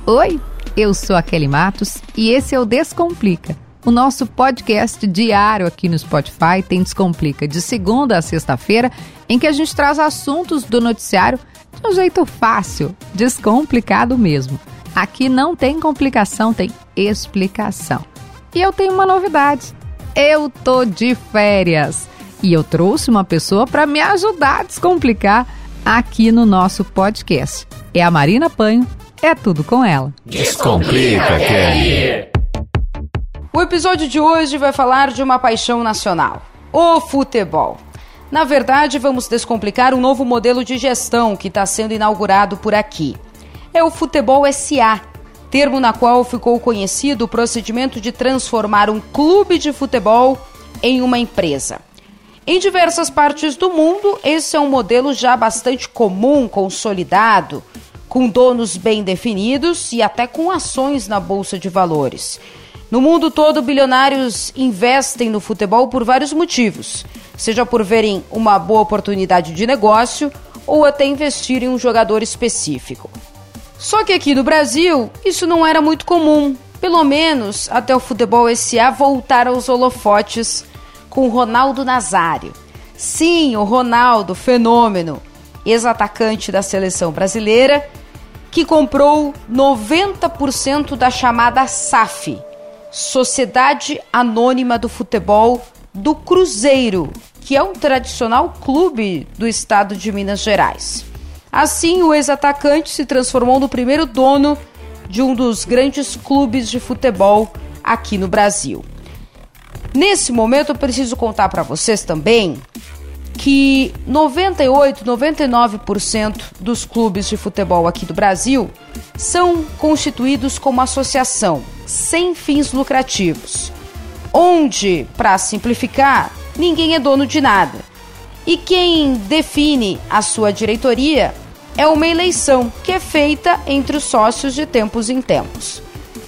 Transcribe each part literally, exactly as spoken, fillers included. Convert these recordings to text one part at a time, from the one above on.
Oi, eu sou a Kelly Matos e esse é o Descomplica. O nosso podcast diário aqui no Spotify tem Descomplica de segunda a sexta-feira, em que a gente traz assuntos do noticiário de um jeito fácil, descomplicado mesmo. Aqui não tem complicação, tem explicação. E eu tenho uma novidade. Eu tô de férias e eu trouxe uma pessoa para me ajudar a descomplicar aqui no nosso podcast. É a Marina Panho, é tudo com ela. Descomplica, Kelly! O episódio de hoje vai falar de uma paixão nacional, o futebol. Na verdade, vamos descomplicar um novo modelo de gestão que está sendo inaugurado por aqui. É o Futebol S A, termo na qual ficou conhecido o procedimento de transformar um clube de futebol em uma empresa. Em diversas partes do mundo, esse é um modelo já bastante comum, consolidado, com donos bem definidos e até com ações na Bolsa de Valores. No mundo todo, bilionários investem no futebol por vários motivos, seja por verem uma boa oportunidade de negócio ou até investir em um jogador específico. Só que aqui no Brasil, isso não era muito comum, pelo menos até o Futebol S A voltar aos holofotes com Ronaldo Nazário. Sim, o Ronaldo, fenômeno, ex-atacante da seleção brasileira, que comprou noventa por cento da chamada S A F, Sociedade Anônima do Futebol do Cruzeiro, que é um tradicional clube do estado de Minas Gerais. Assim, o ex-atacante se transformou no primeiro dono de um dos grandes clubes de futebol aqui no Brasil. Nesse momento, eu preciso contar para vocês também que noventa e oito, noventa e nove por cento dos clubes de futebol aqui do Brasil são constituídos como associação, sem fins lucrativos, onde, para simplificar, ninguém é dono de nada. E quem define a sua diretoria é uma eleição que é feita entre os sócios de tempos em tempos.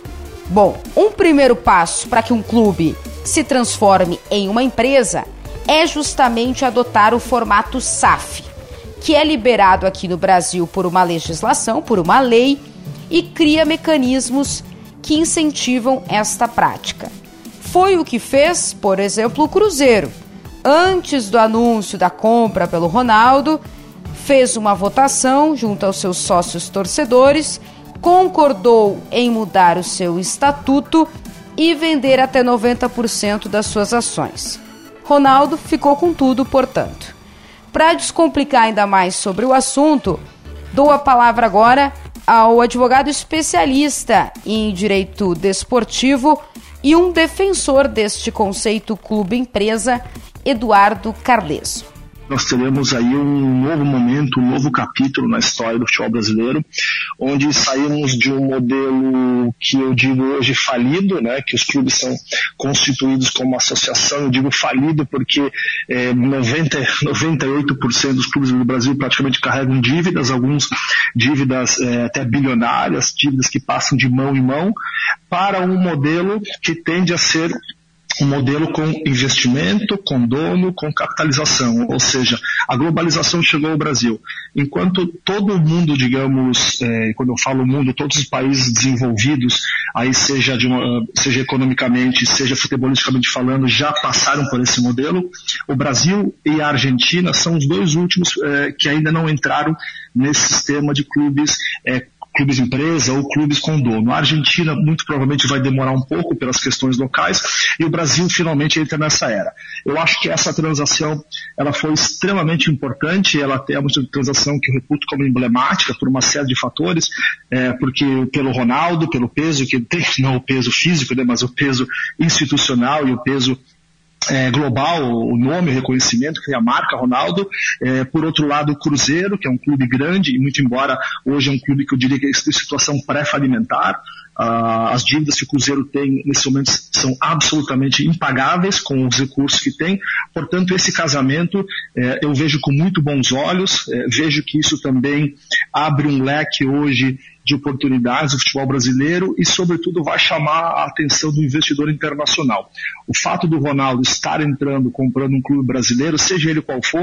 Bom, um primeiro passo para que um clube se transforme em uma empresa é justamente adotar o formato S A F, que é liberado aqui no Brasil por uma legislação, por uma lei, e cria mecanismos que incentivam esta prática. Foi o que fez, por exemplo, o Cruzeiro. Antes do anúncio da compra pelo Ronaldo, fez uma votação junto aos seus sócios torcedores, concordou em mudar o seu estatuto e vender até noventa por cento das suas ações. Ronaldo ficou com tudo, portanto. Para descomplicar ainda mais sobre o assunto, dou a palavra agora ao advogado especialista em direito desportivo e um defensor deste conceito clube-empresa, Eduardo Carleso. Nós teremos aí um novo momento, um novo capítulo na história do futebol brasileiro, onde saímos de um modelo que eu digo hoje falido, né, que os clubes são constituídos como associação. Eu digo falido porque é, noventa, noventa e oito por cento dos clubes do Brasil praticamente carregam dívidas, alguns dívidas é, até bilionárias, dívidas que passam de mão em mão, para um modelo que tende a ser um modelo com investimento, com dono, com capitalização, ou seja, a globalização chegou ao Brasil. Enquanto todo mundo, digamos, é, quando eu falo mundo, todos os países desenvolvidos, aí seja, de uma, seja economicamente, seja futebolisticamente falando, já passaram por esse modelo, o Brasil e a Argentina são os dois últimos é, que ainda não entraram nesse sistema de clubes é, clubes empresa ou clubes com dono. A Argentina muito provavelmente vai demorar um pouco pelas questões locais e o Brasil finalmente entra nessa era. Eu acho que essa transação ela foi extremamente importante, ela é uma transação que eu reputo como emblemática por uma série de fatores, é, porque pelo Ronaldo, pelo peso que ele tem, não o peso físico, né, mas o peso institucional e o peso É, global, o nome, o reconhecimento que tem a marca Ronaldo. É, por outro lado, o Cruzeiro, que é um clube grande, e muito embora hoje é um clube que eu diria que está em situação pré-falimentar. Ah, as dívidas que o Cruzeiro tem nesse momento são absolutamente impagáveis com os recursos que tem. Portanto, esse casamento é, eu vejo com muito bons olhos, é, vejo que isso também abre um leque hoje de oportunidades do futebol brasileiro e, sobretudo, vai chamar a atenção do investidor internacional. O fato do Ronaldo estar entrando, comprando um clube brasileiro, seja ele qual for,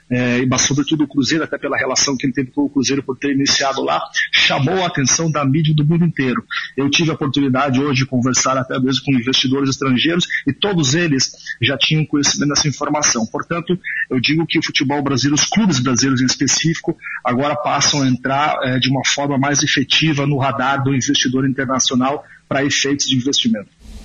é, mas sobretudo o Cruzeiro, até pela relação que ele teve com o Cruzeiro por ter iniciado lá, chamou a atenção da mídia do mundo inteiro. Eu tive a oportunidade hoje de conversar até mesmo com investidores estrangeiros e todos eles já tinham conhecimento dessa informação. Portanto, eu digo que o futebol brasileiro, os clubes brasileiros em específico, agora passam a entrar é, de uma forma mais efetiva no radar do investidor internacional para efeitos de investimento.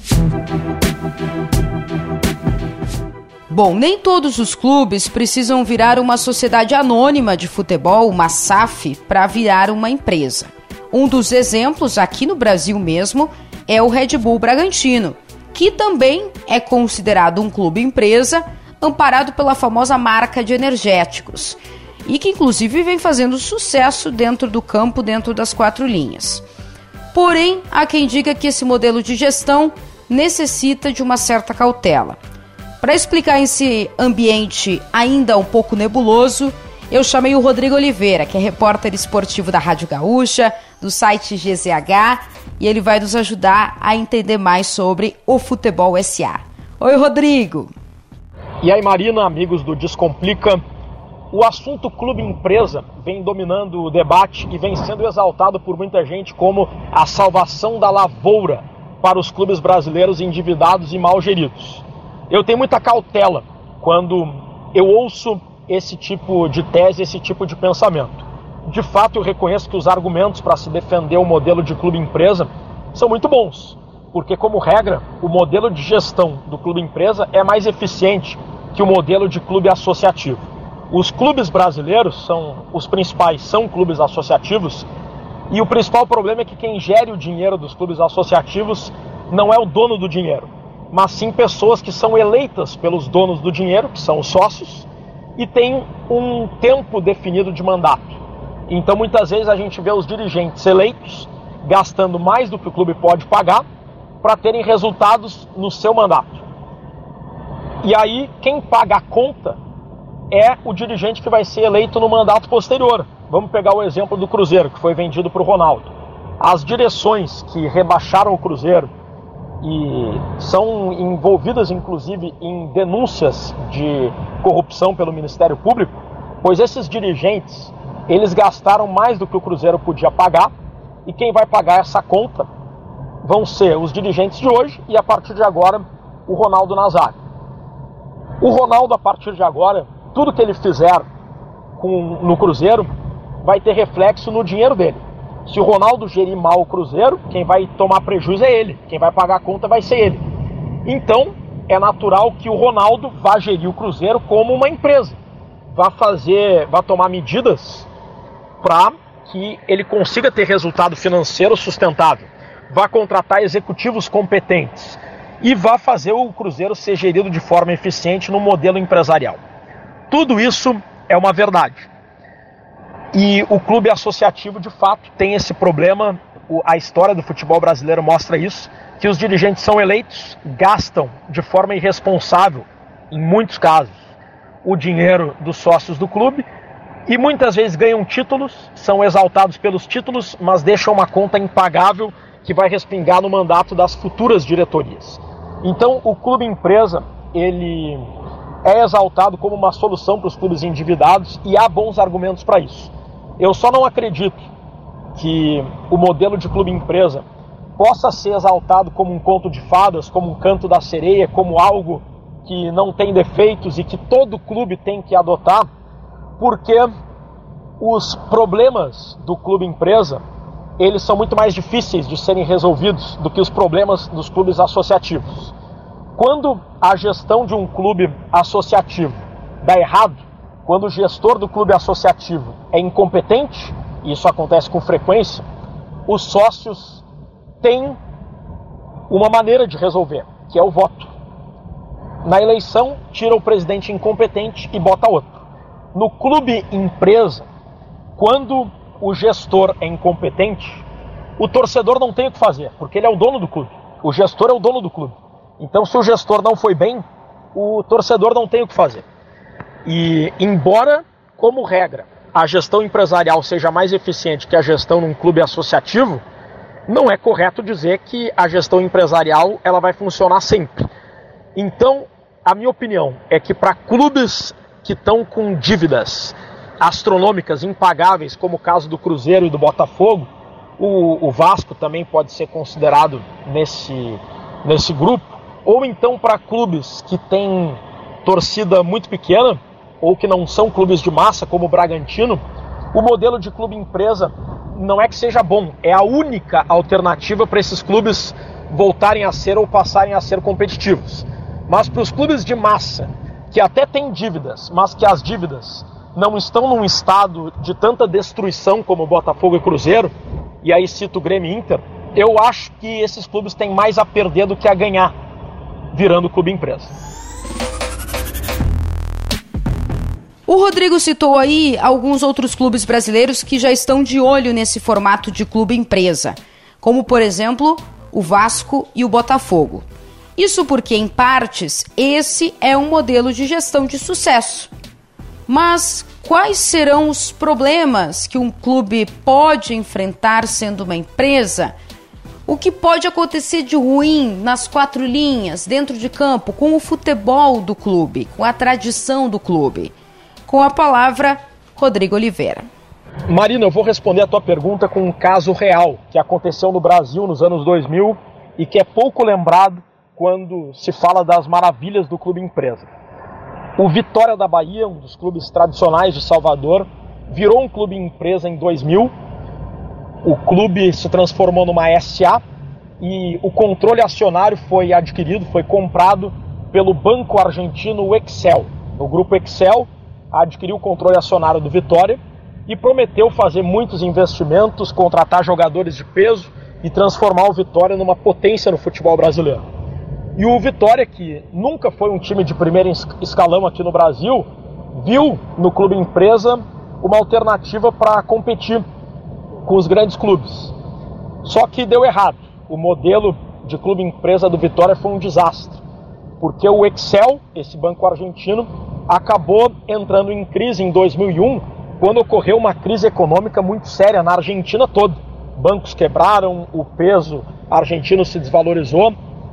Bom, nem todos os clubes precisam virar uma sociedade anônima de futebol, uma S A F, para virar uma empresa. Um dos exemplos, aqui no Brasil mesmo, é o Red Bull Bragantino, que também é considerado um clube empresa, amparado pela famosa marca de energéticos, e que inclusive vem fazendo sucesso dentro do campo, dentro das quatro linhas. Porém, há quem diga que esse modelo de gestão necessita de uma certa cautela. Para explicar esse ambiente ainda um pouco nebuloso, eu chamei o Rodrigo Oliveira, que é repórter esportivo da Rádio Gaúcha, do site G Z H, e ele vai nos ajudar a entender mais sobre o Futebol S A. Oi, Rodrigo! E aí, Marina, amigos do Descomplica, o assunto clube-empresa vem dominando o debate e vem sendo exaltado por muita gente como a salvação da lavoura para os clubes brasileiros endividados e mal geridos. Eu tenho muita cautela quando eu ouço esse tipo de tese, esse tipo de pensamento. De fato, eu reconheço que os argumentos para se defender o modelo de clube-empresa são muito bons, porque, como regra, o modelo de gestão do clube-empresa é mais eficiente que o modelo de clube associativo. Os clubes brasileiros, são os principais, são clubes associativos, e o principal problema é que quem gere o dinheiro dos clubes associativos não é o dono do dinheiro, mas sim pessoas que são eleitas pelos donos do dinheiro, que são os sócios, e tem um tempo definido de mandato. Então, muitas vezes a gente vê os dirigentes eleitos gastando mais do que o clube pode pagar para terem resultados no seu mandato. E aí, quem paga a conta é o dirigente que vai ser eleito no mandato posterior. Vamos pegar o exemplo do Cruzeiro, que foi vendido para o Ronaldo. As direções que rebaixaram o Cruzeiro e são envolvidas, inclusive, em denúncias de corrupção pelo Ministério Público, pois esses dirigentes, eles gastaram mais do que o Cruzeiro podia pagar, e quem vai pagar essa conta vão ser os dirigentes de hoje e, a partir de agora, o Ronaldo Nazário. O Ronaldo, a partir de agora, tudo que ele fizer com, no Cruzeiro vai ter reflexo no dinheiro dele. Se o Ronaldo gerir mal o Cruzeiro, quem vai tomar prejuízo é ele, quem vai pagar a conta vai ser ele. Então, é natural que o Ronaldo vá gerir o Cruzeiro como uma empresa, vá fazer, vá tomar medidas para que ele consiga ter resultado financeiro sustentável, vá contratar executivos competentes e vá fazer o Cruzeiro ser gerido de forma eficiente no modelo empresarial. Tudo isso é uma verdade. E o clube associativo, de fato, tem esse problema. A história do futebol brasileiro mostra isso, que os dirigentes são eleitos, gastam de forma irresponsável, em muitos casos, o dinheiro dos sócios do clube, e muitas vezes ganham títulos, são exaltados pelos títulos, mas deixam uma conta impagável que vai respingar no mandato das futuras diretorias. Então, o clube empresa, ele é exaltado como uma solução para os clubes endividados, e há bons argumentos para isso. Eu só não acredito que o modelo de clube empresa possa ser exaltado como um conto de fadas, como um canto da sereia, como algo que não tem defeitos e que todo clube tem que adotar, porque os problemas do clube empresa, eles são muito mais difíceis de serem resolvidos do que os problemas dos clubes associativos. Quando a gestão de um clube associativo dá errado, quando o gestor do clube associativo é incompetente, e isso acontece com frequência, os sócios têm uma maneira de resolver, que é o voto. Na eleição, tira o presidente incompetente e bota outro. No clube empresa, quando o gestor é incompetente, o torcedor não tem o que fazer, porque ele é o dono do clube. O gestor é o dono do clube. Então, se o gestor não foi bem, o torcedor não tem o que fazer. E, embora, como regra, a gestão empresarial seja mais eficiente que a gestão num clube associativo, não é correto dizer que a gestão empresarial ela vai funcionar sempre. Então, a minha opinião é que para clubes que estão com dívidas astronômicas, impagáveis, como o caso do Cruzeiro e do Botafogo. O, o Vasco também pode ser considerado nesse, nesse grupo. Ou então para clubes que têm torcida muito pequena, ou que não são clubes de massa, como o Bragantino, o modelo de clube-empresa não é que seja bom, é a única alternativa para esses clubes voltarem a ser ou passarem a ser competitivos. Mas para os clubes de massa, que até têm dívidas, mas que as dívidas não estão num estado de tanta destruição como Botafogo e Cruzeiro, e aí cito o Grêmio e Inter, eu acho que esses clubes têm mais a perder do que a ganhar, virando clube-empresa. O Rodrigo citou aí alguns outros clubes brasileiros que já estão de olho nesse formato de clube-empresa, como, por exemplo, o Vasco e o Botafogo. Isso porque, em partes, esse é um modelo de gestão de sucesso. Mas quais serão os problemas que um clube pode enfrentar sendo uma empresa? O que pode acontecer de ruim nas quatro linhas, dentro de campo, com o futebol do clube, com a tradição do clube? Com a palavra, Rodrigo Oliveira. Marina, eu vou responder a tua pergunta com um caso real que aconteceu no Brasil nos anos dois mil e que é pouco lembrado quando se fala das maravilhas do clube empresa. O Vitória da Bahia, um dos clubes tradicionais de Salvador, virou um clube empresa em dois mil. O clube se transformou numa S A e o controle acionário foi adquirido, foi comprado pelo banco argentino Excel. O grupo Excel adquiriu o controle acionário do Vitória e prometeu fazer muitos investimentos, contratar jogadores de peso e transformar o Vitória numa potência no futebol brasileiro. E o Vitória, que nunca foi um time de primeiro escalão aqui no Brasil, viu no clube empresa uma alternativa para competir com os grandes clubes. Só que deu errado. O modelo de clube empresa do Vitória foi um desastre, porque o Excel, esse banco argentino, acabou entrando em crise em dois mil e um, quando ocorreu uma crise econômica muito séria na Argentina toda. Bancos quebraram, o peso argentino se desvalorizou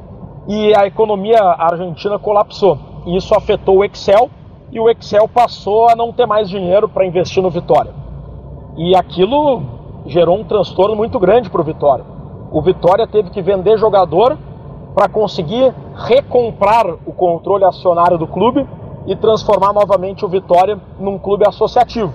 e a economia argentina colapsou. E isso afetou o Excel e o Excel passou a não ter mais dinheiro para investir no Vitória. E aquilo gerou um transtorno muito grande para o Vitória. O Vitória teve que vender jogador para conseguir recomprar o controle acionário do clube e transformar novamente o Vitória num clube associativo.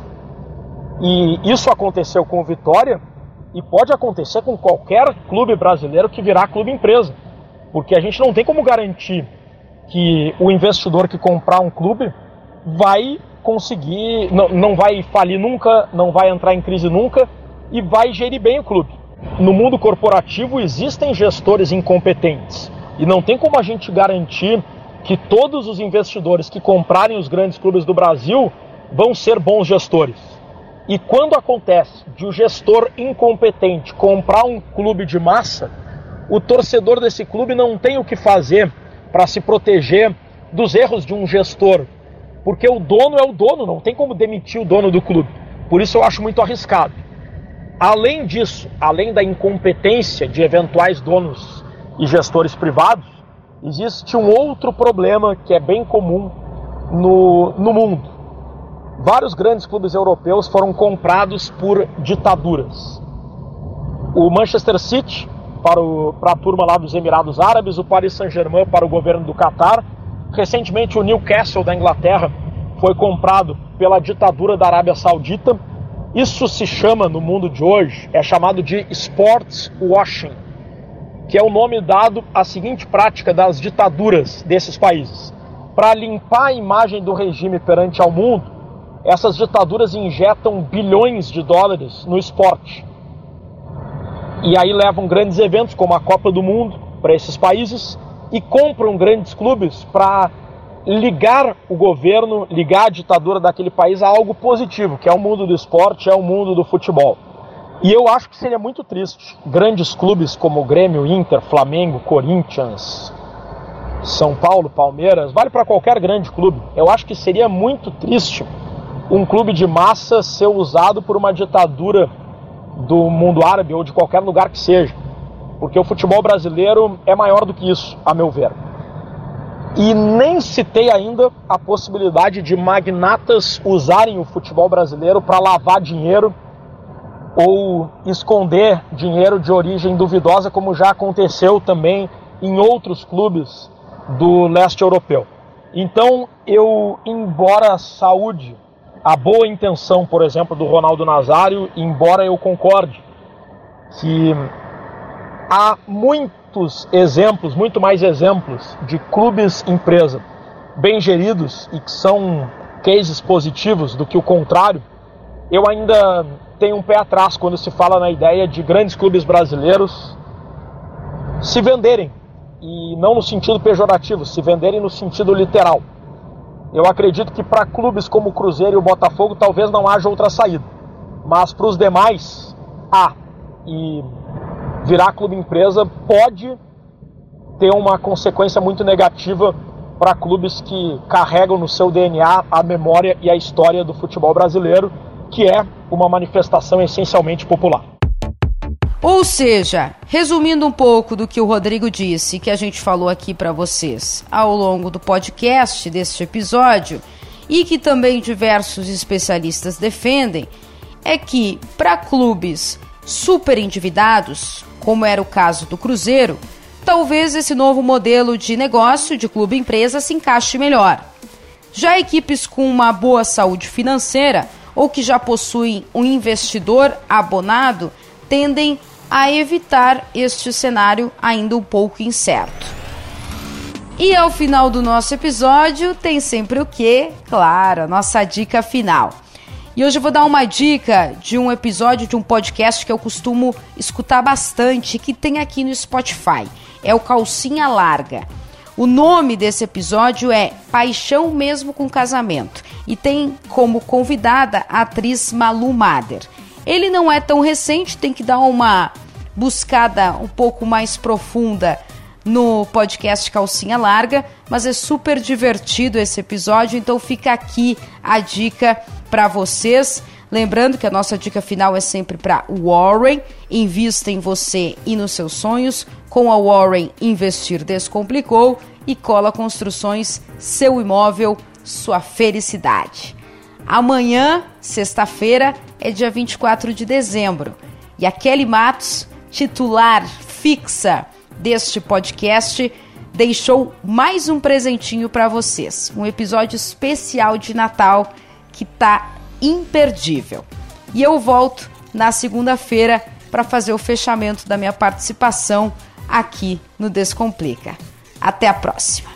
E isso aconteceu com o Vitória e pode acontecer com qualquer clube brasileiro que virar clube empresa, porque a gente não tem como garantir que o investidor que comprar um clube vai conseguir, não, não vai falir nunca, não vai entrar em crise nunca e vai gerir bem o clube. No mundo corporativo existem gestores incompetentes e não tem como a gente garantir que todos os investidores que comprarem os grandes clubes do Brasil vão ser bons gestores. E quando acontece de o gestor incompetente comprar um clube de massa, o torcedor desse clube não tem o que fazer para se proteger dos erros de um gestor, porque o dono é o dono, não tem como demitir o dono do clube. Por isso eu acho muito arriscado. Além disso, além da incompetência de eventuais donos e gestores privados, existe um outro problema que é bem comum no, no mundo. Vários grandes clubes europeus foram comprados por ditaduras. O Manchester City, para, o, para a turma lá dos Emirados Árabes, o Paris Saint-Germain para o governo do Catar. Recentemente o Newcastle da Inglaterra foi comprado pela ditadura da Arábia Saudita. Isso se chama, no mundo de hoje, é chamado de sports washing, que é o nome dado à seguinte prática das ditaduras desses países. Para limpar a imagem do regime perante ao mundo, essas ditaduras injetam bilhões de dólares no esporte. E aí levam grandes eventos como a Copa do Mundo para esses países e compram grandes clubes para ligar o governo, ligar a ditadura daquele país a algo positivo, que é o mundo do esporte, é o mundo do futebol. E eu acho que seria muito triste grandes clubes como o Grêmio, Inter, Flamengo, Corinthians, São Paulo, Palmeiras, vale para qualquer grande clube. Eu acho que seria muito triste um clube de massa ser usado por uma ditadura do mundo árabe ou de qualquer lugar que seja, porque o futebol brasileiro é maior do que isso, a meu ver. E nem citei ainda a possibilidade de magnatas usarem o futebol brasileiro para lavar dinheiro ou esconder dinheiro de origem duvidosa, como já aconteceu também em outros clubes do leste europeu. Então, eu, embora a saúde, a boa intenção, por exemplo, do Ronaldo Nazário, embora eu concorde que há muitos exemplos, muito mais exemplos de clubes empresa bem geridos e que são cases positivos do que o contrário, eu ainda tenho um pé atrás quando se fala na ideia de grandes clubes brasileiros se venderem, e não no sentido pejorativo, se venderem no sentido literal. Eu acredito que para clubes como o Cruzeiro e o Botafogo talvez não haja outra saída, mas para os demais há, e virar clube empresa pode ter uma consequência muito negativa para clubes que carregam no seu D N A a memória e a história do futebol brasileiro, que é uma manifestação essencialmente popular. Ou seja, resumindo um pouco do que o Rodrigo disse, que a gente falou aqui para vocês ao longo do podcast deste episódio, e que também diversos especialistas defendem, é que para clubes super endividados, como era o caso do Cruzeiro, talvez esse novo modelo de negócio de clube-empresa se encaixe melhor. Já equipes com uma boa saúde financeira ou que já possuem um investidor abonado tendem a evitar este cenário ainda um pouco incerto. E ao final do nosso episódio tem sempre o quê? Claro, a nossa dica final. E hoje eu vou dar uma dica de um episódio de um podcast que eu costumo escutar bastante, que tem aqui no Spotify. É o Calcinha Larga. O nome desse episódio é Paixão Mesmo com Casamento e tem como convidada a atriz Malu Mader. Ele não é tão recente, tem que dar uma buscada um pouco mais profunda no podcast Calcinha Larga, mas é super divertido esse episódio, então fica aqui a dica para vocês. Lembrando que a nossa dica final é sempre para Warren. Invista em você e nos seus sonhos. Com a Warren, investir descomplicou. E Cola Construções, seu imóvel, sua felicidade. Amanhã, sexta-feira, é dia vinte e quatro de dezembro. E a Kelly Matos, titular fixa deste podcast, deixou mais um presentinho para vocês. Um episódio especial de Natal que tá imperdível. E eu volto na segunda-feira para fazer o fechamento da minha participação aqui no Descomplica. Até a próxima!